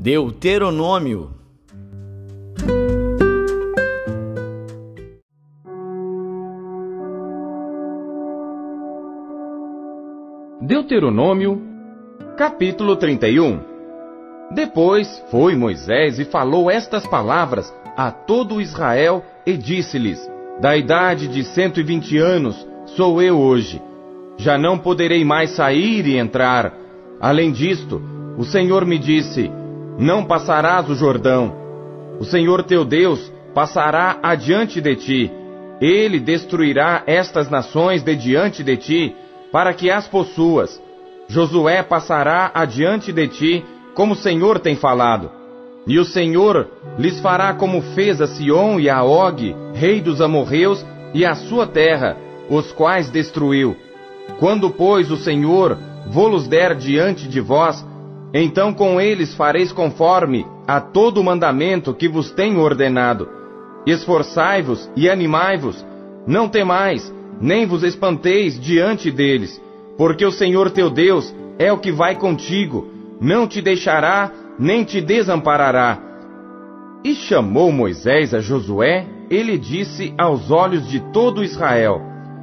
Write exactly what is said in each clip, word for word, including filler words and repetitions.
Deuteronômio. Deuteronômio, capítulo trinta e um. Depois foi Moisés e falou estas palavras a todo Israel e disse-lhes: da idade de cento e vinte anos sou eu hoje. Já não poderei mais sair e entrar. Além disto, o Senhor me disse: não passarás o Jordão. O Senhor teu Deus passará adiante de ti. Ele destruirá estas nações de diante de ti, para que as possuas. Josué passará adiante de ti, como o Senhor tem falado. E o Senhor lhes fará como fez a Sião e a Og, rei dos amorreus, e a sua terra, os quais destruiu. Quando, pois, o Senhor vô-los der diante de vós, então com eles fareis conforme a todo o mandamento que vos tenho ordenado. Esforçai-vos e animai-vos, não temais, nem vos espanteis diante deles, porque o Senhor teu Deus é o que vai contigo, não te deixará, nem te desamparará. E chamou Moisés a Josué, ele disse aos olhos de todo Israel: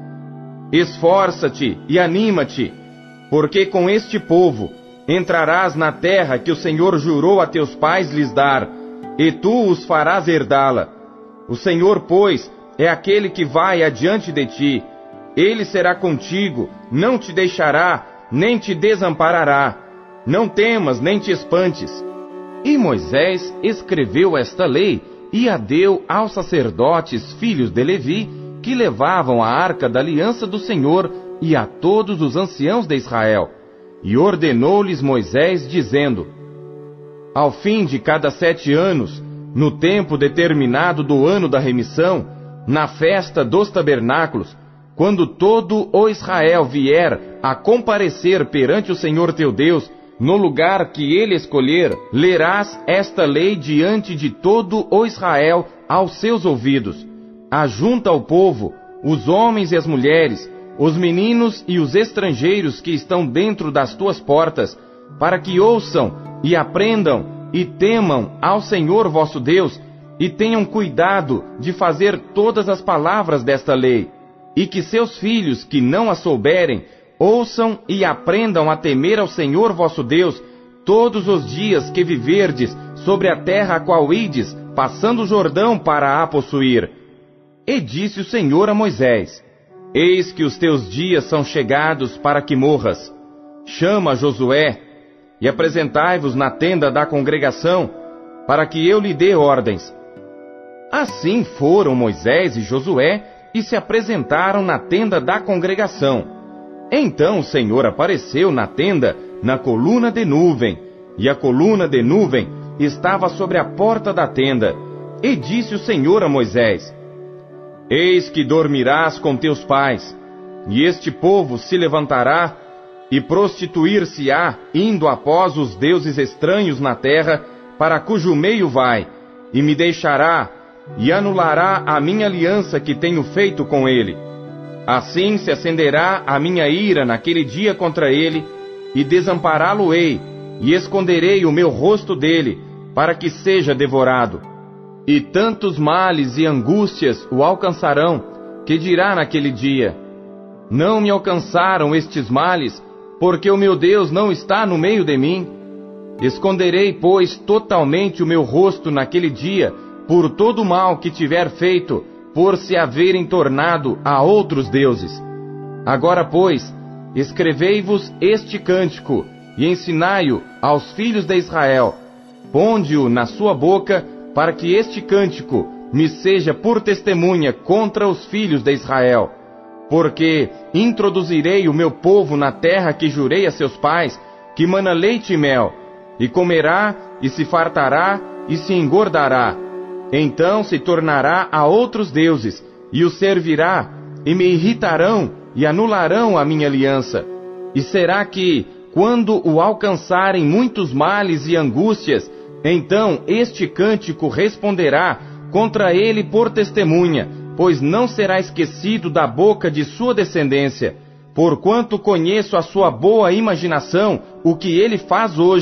esforça-te e anima-te, porque com este povo entrarás na terra que o Senhor jurou a teus pais lhes dar, e tu os farás herdá-la. O Senhor, pois, é aquele que vai adiante de ti. Ele será contigo, não te deixará, nem te desamparará. Não temas, nem te espantes. E Moisés escreveu esta lei e a deu aos sacerdotes, filhos de Levi, que levavam a arca da aliança do Senhor, e a todos os anciãos de Israel. E ordenou-lhes Moisés, dizendo: ao fim de cada sete anos, no tempo determinado do ano da remissão, na festa dos tabernáculos, quando todo o Israel vier a comparecer perante o Senhor teu Deus, no lugar que ele escolher, lerás esta lei diante de todo o Israel aos seus ouvidos. Ajunta ao povo, os homens e as mulheres, os meninos e os estrangeiros que estão dentro das tuas portas, para que ouçam e aprendam e temam ao Senhor vosso Deus, e tenham cuidado de fazer todas as palavras desta lei, e que seus filhos que não a souberem, ouçam e aprendam a temer ao Senhor vosso Deus, todos os dias que viverdes sobre a terra a qual ides, passando o Jordão para a possuir. E disse o Senhor a Moisés: eis que os teus dias são chegados para que morras. Chama Josué, e apresentai-vos na tenda da congregação, para que eu lhe dê ordens. Assim foram Moisés e Josué, e se apresentaram na tenda da congregação. Então o Senhor apareceu na tenda, na coluna de nuvem, e a coluna de nuvem estava sobre a porta da tenda. E disse o Senhor a Moisés: eis que dormirás com teus pais, e este povo se levantará e prostituir-se-á, indo após os deuses estranhos na terra, para cujo meio vai, e me deixará, e anulará a minha aliança que tenho feito com ele. Assim se acenderá a minha ira naquele dia contra ele, e desampará-lo-ei, e esconderei o meu rosto dele, para que seja devorado. E tantos males e angústias o alcançarão, que dirá naquele dia: não me alcançaram estes males, porque o meu Deus não está no meio de mim. Esconderei, pois, totalmente o meu rosto naquele dia, por todo o mal que tiver feito, por se haverem tornado a outros deuses. Agora, pois, escrevei-vos este cântico, e ensinai-o aos filhos de Israel. Ponde-o na sua boca, para que este cântico me seja por testemunha contra os filhos de Israel. Porque introduzirei o meu povo na terra que jurei a seus pais, que mana leite e mel, e comerá, e se fartará, e se engordará. Então se tornará a outros deuses, e os servirá, e me irritarão, e anularão a minha aliança. E será que, quando o alcançarem muitos males e angústias, então este cântico responderá contra ele por testemunha, pois não será esquecido da boca de sua descendência, porquanto conheço a sua boa imaginação, o que ele faz hoje,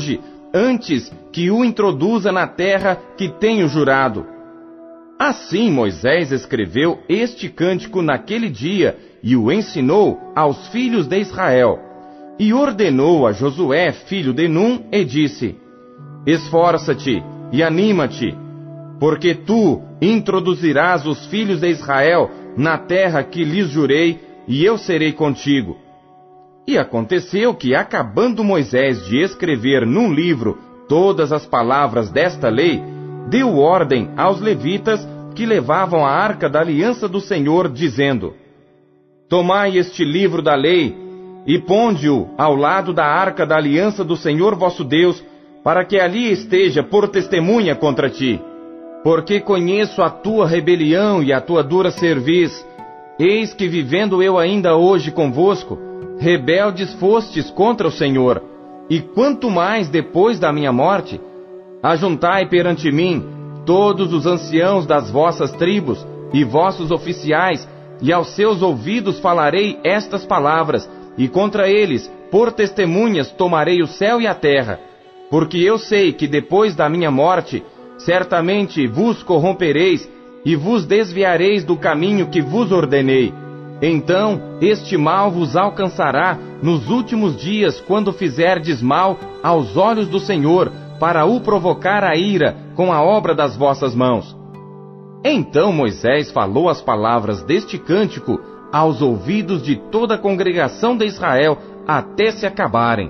antes que o introduza na terra que tenho jurado. Assim Moisés escreveu este cântico naquele dia e o ensinou aos filhos de Israel. E ordenou a Josué, filho de Num, e disse: Esforça-te e anima-te, porque tu introduzirás os filhos de Israel na terra que lhes jurei, e eu serei contigo. E aconteceu que, acabando Moisés de escrever num livro todas as palavras desta lei, deu ordem aos levitas que levavam a arca da aliança do Senhor, dizendo: Tomai este livro da lei e ponde-o ao lado da arca da aliança do Senhor vosso Deus, para que ali esteja por testemunha contra ti. Porque conheço a tua rebelião e a tua dura cerviz. Eis que, vivendo eu ainda hoje convosco, rebeldes fostes contra o Senhor. E quanto mais depois da minha morte, ajuntai perante mim todos os anciãos das vossas tribos e vossos oficiais, e aos seus ouvidos falarei estas palavras, e contra eles, por testemunhas, tomarei o céu e a terra. Porque eu sei que depois da minha morte, certamente vos corrompereis, e vos desviareis do caminho que vos ordenei. Então este mal vos alcançará nos últimos dias, quando fizerdes mal aos olhos do Senhor, para o provocar a ira com a obra das vossas mãos. Então Moisés falou as palavras deste cântico aos ouvidos de toda a congregação de Israel, até se acabarem.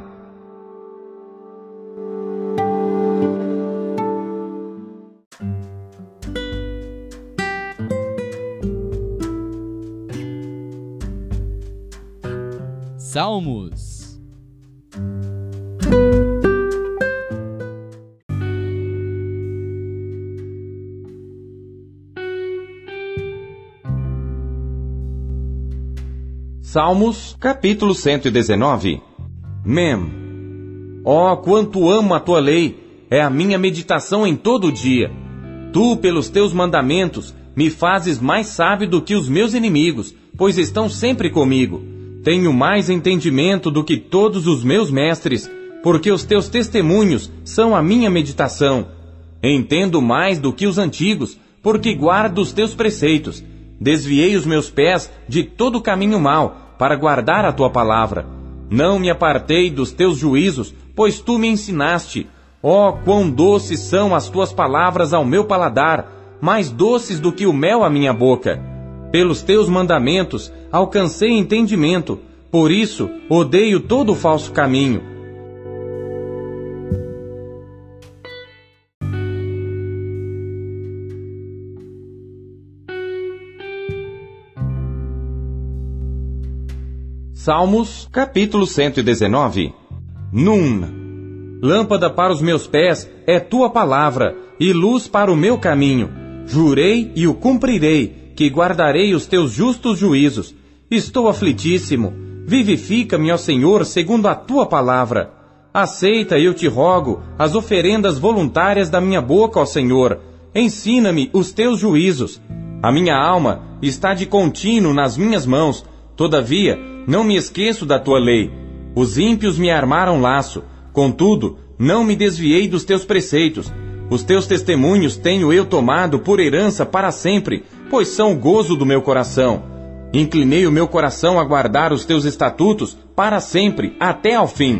Salmos. Salmos, capítulo cento e dezenove. Mem. Ó, quanto amo a tua lei, é a minha meditação em todo o dia. Tu, pelos teus mandamentos, me fazes mais sábio do que os meus inimigos, pois estão sempre comigo. Tenho mais entendimento do que todos os meus mestres, porque os teus testemunhos são a minha meditação. Entendo mais do que os antigos, porque guardo os teus preceitos. Desviei os meus pés de todo caminho mau, para guardar a tua palavra. Não me apartei dos teus juízos, pois tu me ensinaste. Ó, quão doces são as tuas palavras ao meu paladar, mais doces do que o mel à minha boca. Pelos teus mandamentos alcancei entendimento, por isso odeio todo o falso caminho. Salmos, capítulo cento e dezenove. Nun. Lâmpada para os meus pés é tua palavra, e luz para o meu caminho. Jurei e o cumprirei, que guardarei os teus justos juízos. Estou aflitíssimo. Vivifica-me, ó Senhor, segundo a tua palavra. Aceita, eu te rogo, as oferendas voluntárias da minha boca, ó Senhor. Ensina-me os teus juízos. A minha alma está de contínuo nas minhas mãos. Todavia, não me esqueço da tua lei. Os ímpios me armaram laço. Contudo, não me desviei dos teus preceitos. Os teus testemunhos tenho eu tomado por herança para sempre, pois são o gozo do meu coração. Inclinei o meu coração a guardar os teus estatutos para sempre, até ao fim.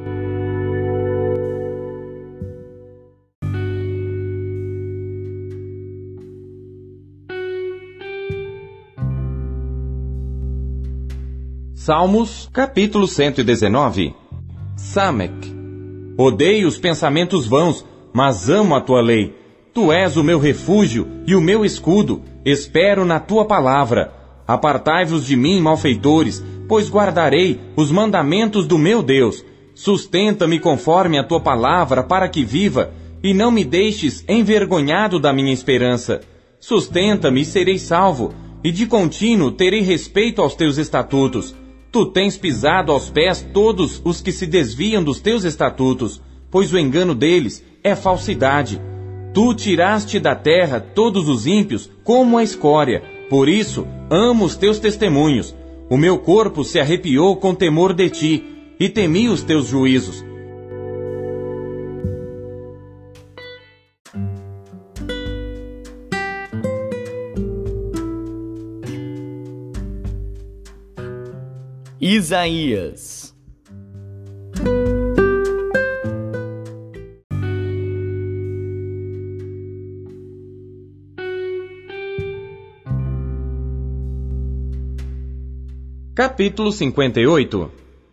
Salmos, capítulo cento e dezenove. Samek. Odeio os pensamentos vãos, mas amo a tua lei. Tu és o meu refúgio e o meu escudo. Espero na tua palavra. Apartai-vos de mim, malfeitores, pois guardarei os mandamentos do meu Deus. Sustenta-me conforme a tua palavra, para que viva, e não me deixes envergonhado da minha esperança. Sustenta-me e serei salvo, e de contínuo terei respeito aos teus estatutos. Tu tens pisado aos pés todos os que se desviam dos teus estatutos, pois o engano deles é falsidade. Tu tiraste da terra todos os ímpios como a escória, por isso amo os teus testemunhos. O meu corpo se arrepiou com temor de ti, e temi os teus juízos. Isaías. Capítulo cinquenta e oito.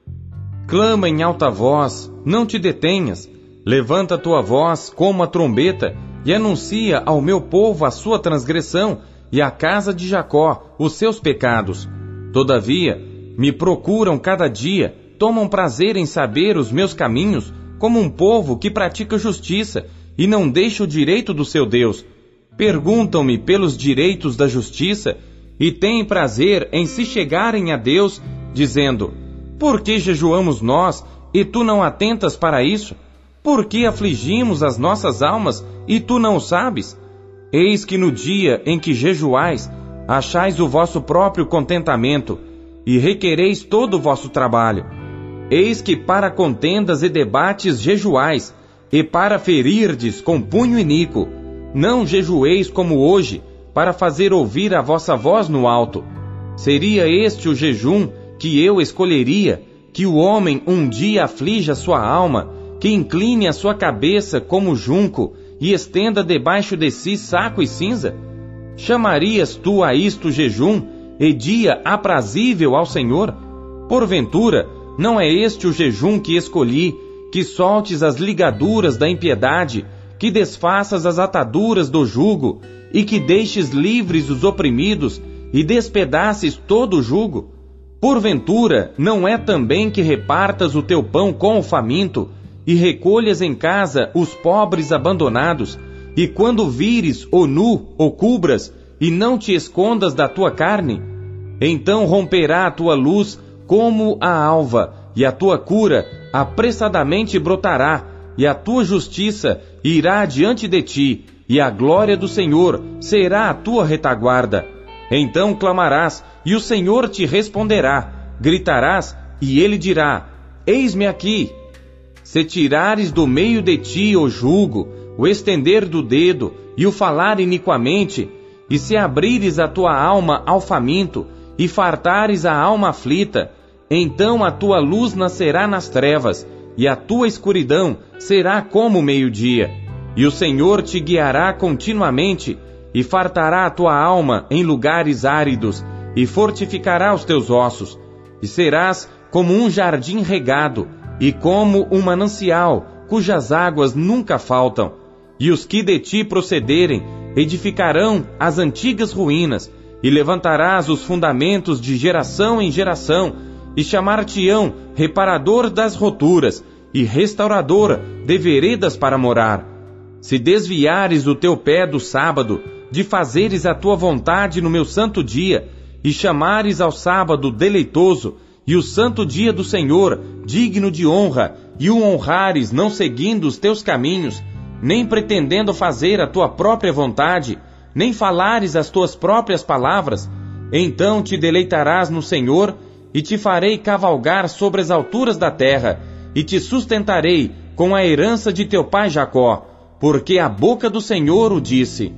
Clama em alta voz, não te detenhas, levanta tua voz como a trombeta, e anuncia ao meu povo a sua transgressão, e à casa de Jacó os seus pecados. Todavia, me procuram cada dia, tomam prazer em saber os meus caminhos, como um povo que pratica justiça, e não deixa o direito do seu Deus. Perguntam-me pelos direitos da justiça, e têm prazer em se chegarem a Deus, dizendo: por que jejuamos nós, e tu não atentas para isso? Por que afligimos as nossas almas, e tu não o sabes? Eis que no dia em que jejuais, achais o vosso próprio contentamento, e requereis todo o vosso trabalho. Eis que para contendas e debates jejuais, e para ferirdes com punho iníquo. Não jejueis como hoje, para fazer ouvir a vossa voz no alto. Seria este o jejum que eu escolheria, que o homem um dia aflija sua alma, que incline a sua cabeça como junco, e estenda debaixo de si saco e cinza? Chamarias tu a isto jejum, e dia aprazível ao Senhor? Porventura, não é este o jejum que escolhi, que soltes as ligaduras da impiedade, que desfaças as ataduras do jugo, e que deixes livres os oprimidos, e despedaces todo o jugo? Porventura, não é também que repartas o teu pão com o faminto, e recolhas em casa os pobres abandonados, e quando vires o nu, o cubras, e não te escondas da tua carne? Então romperá a tua luz como a alva, e a tua cura apressadamente brotará, e a tua justiça irá diante de ti, e a glória do Senhor será a tua retaguarda. Então clamarás, e o Senhor te responderá. Gritarás, e ele dirá: eis-me aqui. Se tirares do meio de ti o jugo, o estender do dedo, e o falar iniquamente, e se abrires a tua alma ao faminto, e fartares a alma aflita, então a tua luz nascerá nas trevas, e a tua escuridão será como o meio-dia. E o Senhor te guiará continuamente, e fartará a tua alma em lugares áridos, e fortificará os teus ossos, e serás como um jardim regado, e como um manancial, cujas águas nunca faltam. E os que de ti procederem, edificarão as antigas ruínas, e levantarás os fundamentos de geração em geração, e chamar-te-ão reparador das roturas, e restaurador de veredas para morar. Se desviares o teu pé do sábado, de fazeres a tua vontade no meu santo dia, e chamares ao sábado deleitoso, e o santo dia do Senhor digno de honra, e o honrares não seguindo os teus caminhos, nem pretendendo fazer a tua própria vontade, nem falares as tuas próprias palavras, então te deleitarás no Senhor, e te farei cavalgar sobre as alturas da terra, e te sustentarei com a herança de teu pai Jacó, porque a boca do Senhor o disse.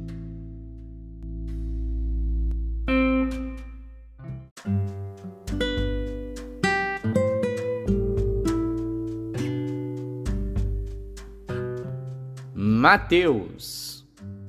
Mateus.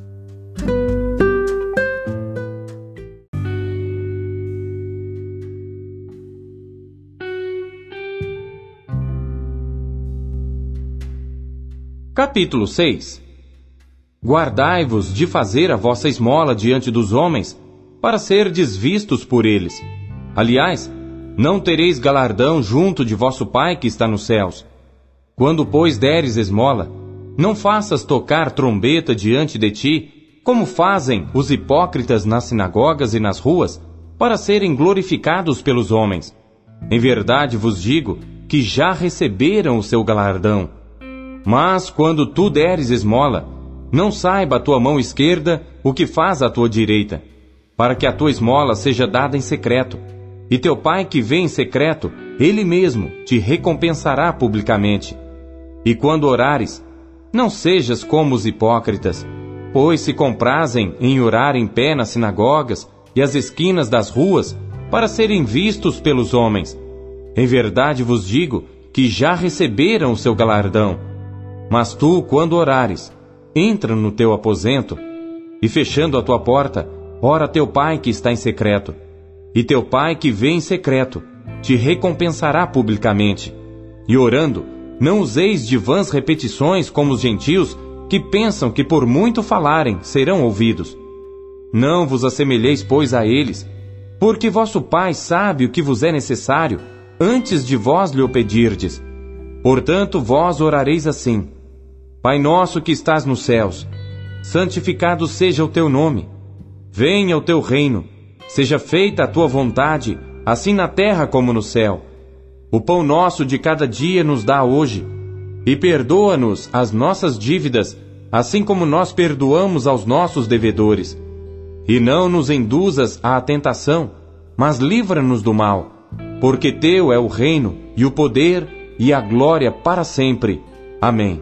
Capítulo seis. Guardai-vos de fazer a vossa esmola diante dos homens, para serdes vistos por eles. Aliás, não tereis galardão junto de vosso Pai que está nos céus. Quando, pois, deres esmola, não faças tocar trombeta diante de ti, como fazem os hipócritas nas sinagogas e nas ruas, para serem glorificados pelos homens. Em verdade vos digo que já receberam o seu galardão. Mas quando tu deres esmola, não saiba a tua mão esquerda o que faz a tua direita, para que a tua esmola seja dada em secreto. E teu Pai que vê em secreto, Ele mesmo te recompensará publicamente. E quando orares, não sejas como os hipócritas, pois se comprazem em orar em pé nas sinagogas e às esquinas das ruas, para serem vistos pelos homens. Em verdade vos digo que já receberam o seu galardão. Mas tu, quando orares, entra no teu aposento, e fechando a tua porta, ora a teu pai que está em secreto. E teu pai que vê em secreto, te recompensará publicamente. E orando, não useis de vãs repetições como os gentios, que pensam que por muito falarem serão ouvidos. Não vos assemelheis, pois, a eles, porque vosso Pai sabe o que vos é necessário, antes de vós lhe o pedirdes. Portanto, vós orareis assim: Pai nosso que estás nos céus, santificado seja o teu nome. Venha o teu reino, seja feita a tua vontade, assim na terra como no céu. O pão nosso de cada dia nos dá hoje, e perdoa-nos as nossas dívidas, assim como nós perdoamos aos nossos devedores. E não nos induzas à tentação, mas livra-nos do mal, porque teu é o reino, e o poder, e a glória para sempre. Amém.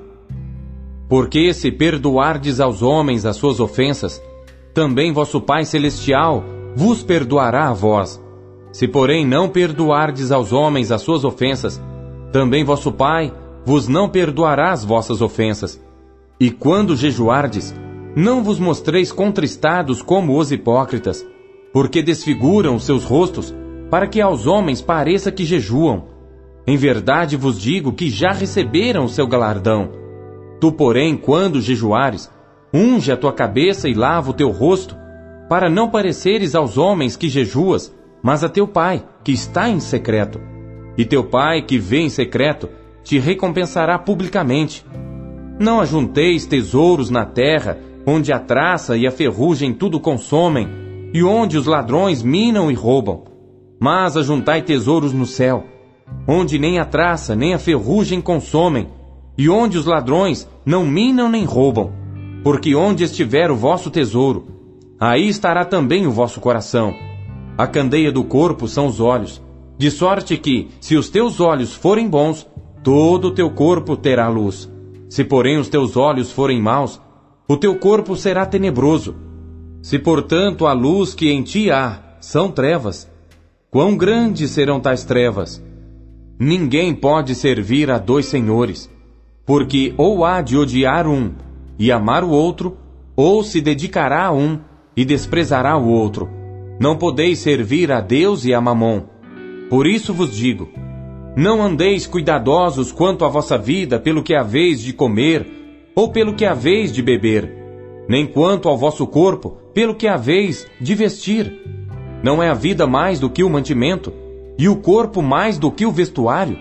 Porque se perdoardes aos homens as suas ofensas, também vosso Pai Celestial vos perdoará a vós. Se porém não perdoardes aos homens as suas ofensas, também vosso Pai vos não perdoará as vossas ofensas. E quando jejuardes, não vos mostreis contristados como os hipócritas, porque desfiguram os seus rostos, para que aos homens pareça que jejuam. Em verdade vos digo que já receberam o seu galardão. Tu, porém, quando jejuares, unge a tua cabeça e lava o teu rosto, para não pareceres aos homens que jejuas, mas a teu Pai, que está em secreto. E teu Pai, que vê em secreto, te recompensará publicamente. Não ajunteis tesouros na terra, onde a traça e a ferrugem tudo consomem, e onde os ladrões minam e roubam. Mas ajuntai tesouros no céu, onde nem a traça nem a ferrugem consomem, e onde os ladrões não minam nem roubam. Porque onde estiver o vosso tesouro, aí estará também o vosso coração. A candeia do corpo são os olhos, de sorte que, se os teus olhos forem bons, todo o teu corpo terá luz. Se porém os teus olhos forem maus, o teu corpo será tenebroso. Se portanto a luz que em ti há são trevas, quão grandes serão tais trevas? Ninguém pode servir a dois senhores, porque ou há de odiar um e amar o outro, ou se dedicará a um e desprezará o outro. Não podeis servir a Deus e a Mamom. Por isso vos digo, não andeis cuidadosos quanto à vossa vida pelo que haveis de comer, ou pelo que haveis de beber, nem quanto ao vosso corpo pelo que haveis de vestir. Não é a vida mais do que o mantimento, e o corpo mais do que o vestuário?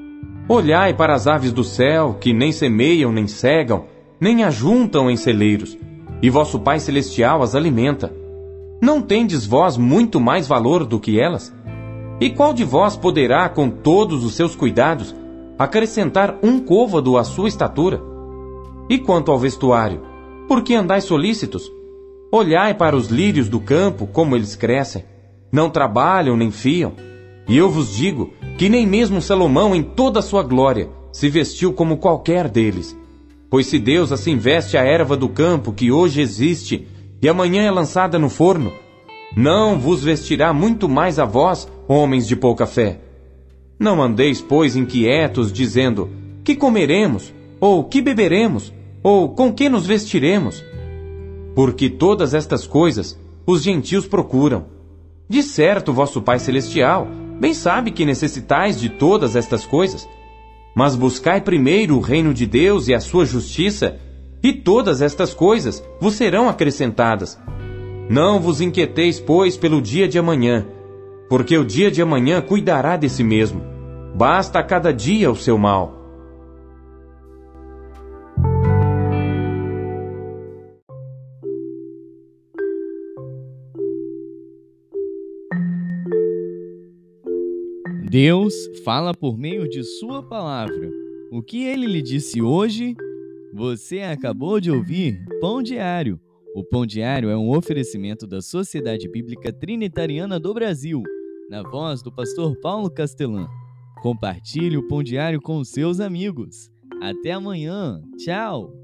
Olhai para as aves do céu, que nem semeiam nem cegam, nem ajuntam em celeiros, e vosso Pai Celestial as alimenta. Não tendes vós muito mais valor do que elas? E qual de vós poderá, com todos os seus cuidados, acrescentar um côvado à sua estatura? E quanto ao vestuário, por que andais solícitos? Olhai para os lírios do campo, como eles crescem. Não trabalham nem fiam. E eu vos digo que nem mesmo Salomão, em toda a sua glória, se vestiu como qualquer deles. Pois se Deus assim veste a erva do campo, que hoje existe, e amanhã é lançada no forno, não vos vestirá muito mais a vós, homens de pouca fé. Não andeis, pois, inquietos, dizendo: que comeremos? Ou que beberemos? Ou com que nos vestiremos? Porque todas estas coisas os gentios procuram. De certo, vosso Pai Celestial bem sabe que necessitais de todas estas coisas. Mas buscai primeiro o reino de Deus e a sua justiça, e todas estas coisas vos serão acrescentadas. Não vos inquieteis, pois, pelo dia de amanhã, porque o dia de amanhã cuidará de si mesmo. Basta a cada dia o seu mal. Deus fala por meio de sua palavra. O que ele lhe disse hoje? Você acabou de ouvir Pão Diário. O Pão Diário é um oferecimento da Sociedade Bíblica Trinitariana do Brasil, na voz do pastor Paulo Castelã. Compartilhe o Pão Diário com os seus amigos. Até amanhã. Tchau!